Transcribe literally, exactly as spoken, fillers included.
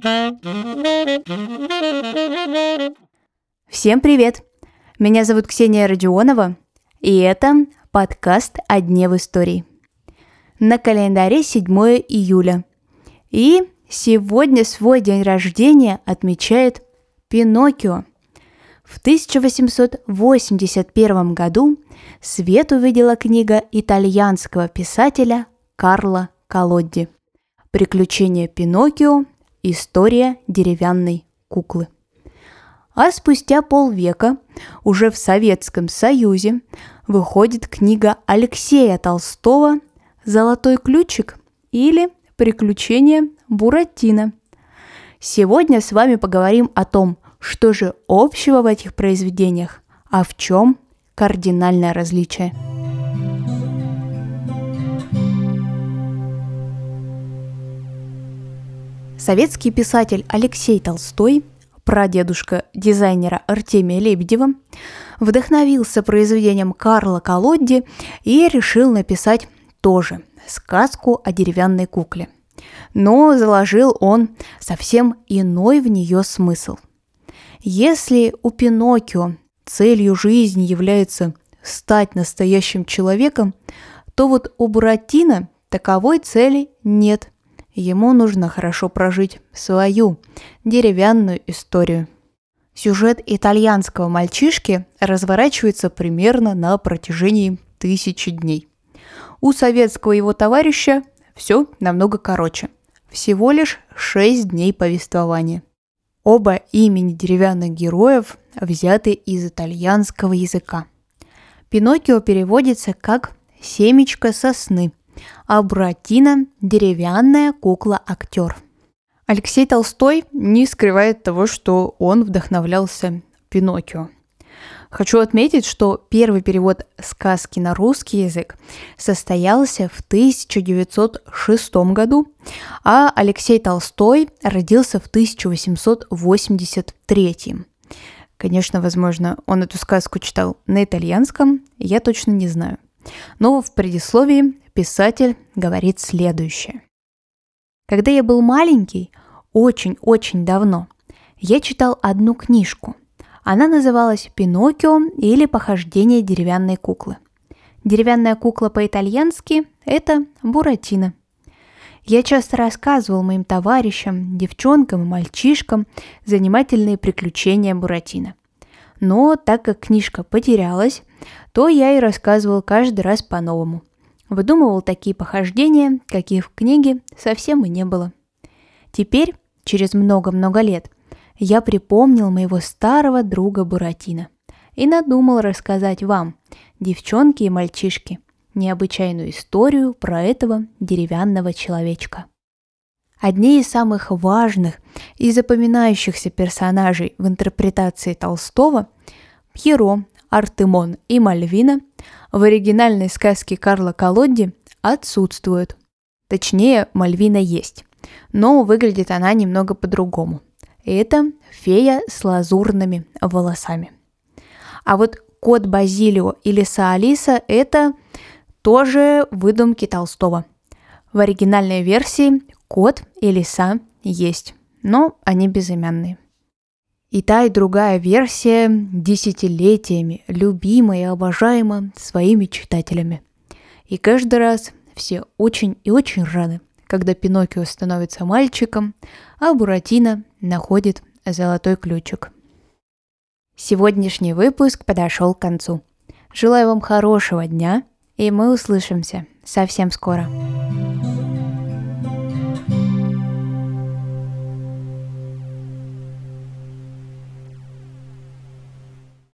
Всем привет! Меня зовут Ксения Родионова, и это подкаст «О дне в истории». На календаре седьмое июля, и сегодня свой день рождения отмечает Пиноккио. В тысяча восемьсот восемьдесят первом году свет увидела книга итальянского писателя Карло Коллодди «Приключения Пиноккио. История деревянной куклы». А спустя полвека уже в Советском Союзе выходит книга Алексея Толстого «Золотой ключик» или «Приключения Буратино». Сегодня с вами поговорим о том, что же общего в этих произведениях, а в чем кардинальное различие. Советский писатель Алексей Толстой, прадедушка дизайнера Артемия Лебедева, вдохновился произведением Карло Коллодди и решил написать тоже сказку о деревянной кукле. Но заложил он совсем иной в нее смысл. Если у Пиноккио целью жизни является стать настоящим человеком, то вот у Буратино таковой цели нет. Ему нужно хорошо прожить свою деревянную историю. Сюжет итальянского мальчишки разворачивается примерно на протяжении тысячи дней. У советского его товарища все намного короче. Всего лишь шесть дней повествования. Оба имени деревянных героев взяты из итальянского языка. Пиноккио переводится как «семечко сосны», а Буратино – деревянная кукла-актер. Алексей Толстой не скрывает того, что он вдохновлялся Пиноккио. Хочу отметить, что первый перевод сказки на русский язык состоялся в тысяча девятьсот шестом году, а Алексей Толстой родился в тысяча восемьсот восемьдесят третьем. Конечно, возможно, он эту сказку читал на итальянском, я точно не знаю. Но в предисловии писатель говорит следующее. Когда я был маленький, очень-очень давно, я читал одну книжку. Она называлась «Пиноккио» или «Похождение деревянной куклы». Деревянная кукла по-итальянски – это Буратино. Я часто рассказывал моим товарищам, девчонкам и мальчишкам занимательные приключения Буратино. Но так как книжка потерялась, то я и рассказывал каждый раз по-новому. Выдумывал такие похождения, каких в книге совсем и не было. Теперь, через много-много лет, я припомнил моего старого друга Буратино и надумал рассказать вам, девчонки и мальчишки, необычайную историю про этого деревянного человечка. Одни из самых важных и запоминающихся персонажей в интерпретации Толстого – Пьеро, Артемон и Мальвина в оригинальной сказке Карло Коллодди отсутствуют. Точнее, Мальвина есть, но выглядит она немного по-другому. Это фея с лазурными волосами. А вот кот Базилио и лиса Алиса – это тоже выдумки Толстого. В оригинальной версии кот и лиса есть, но они безымянные. И та, и другая версия десятилетиями любима и обожаема своими читателями. И каждый раз все очень и очень рады, когда Пиноккио становится мальчиком, а Буратино находит золотой ключик. Сегодняшний выпуск подошел к концу. Желаю вам хорошего дня, и мы услышимся совсем скоро.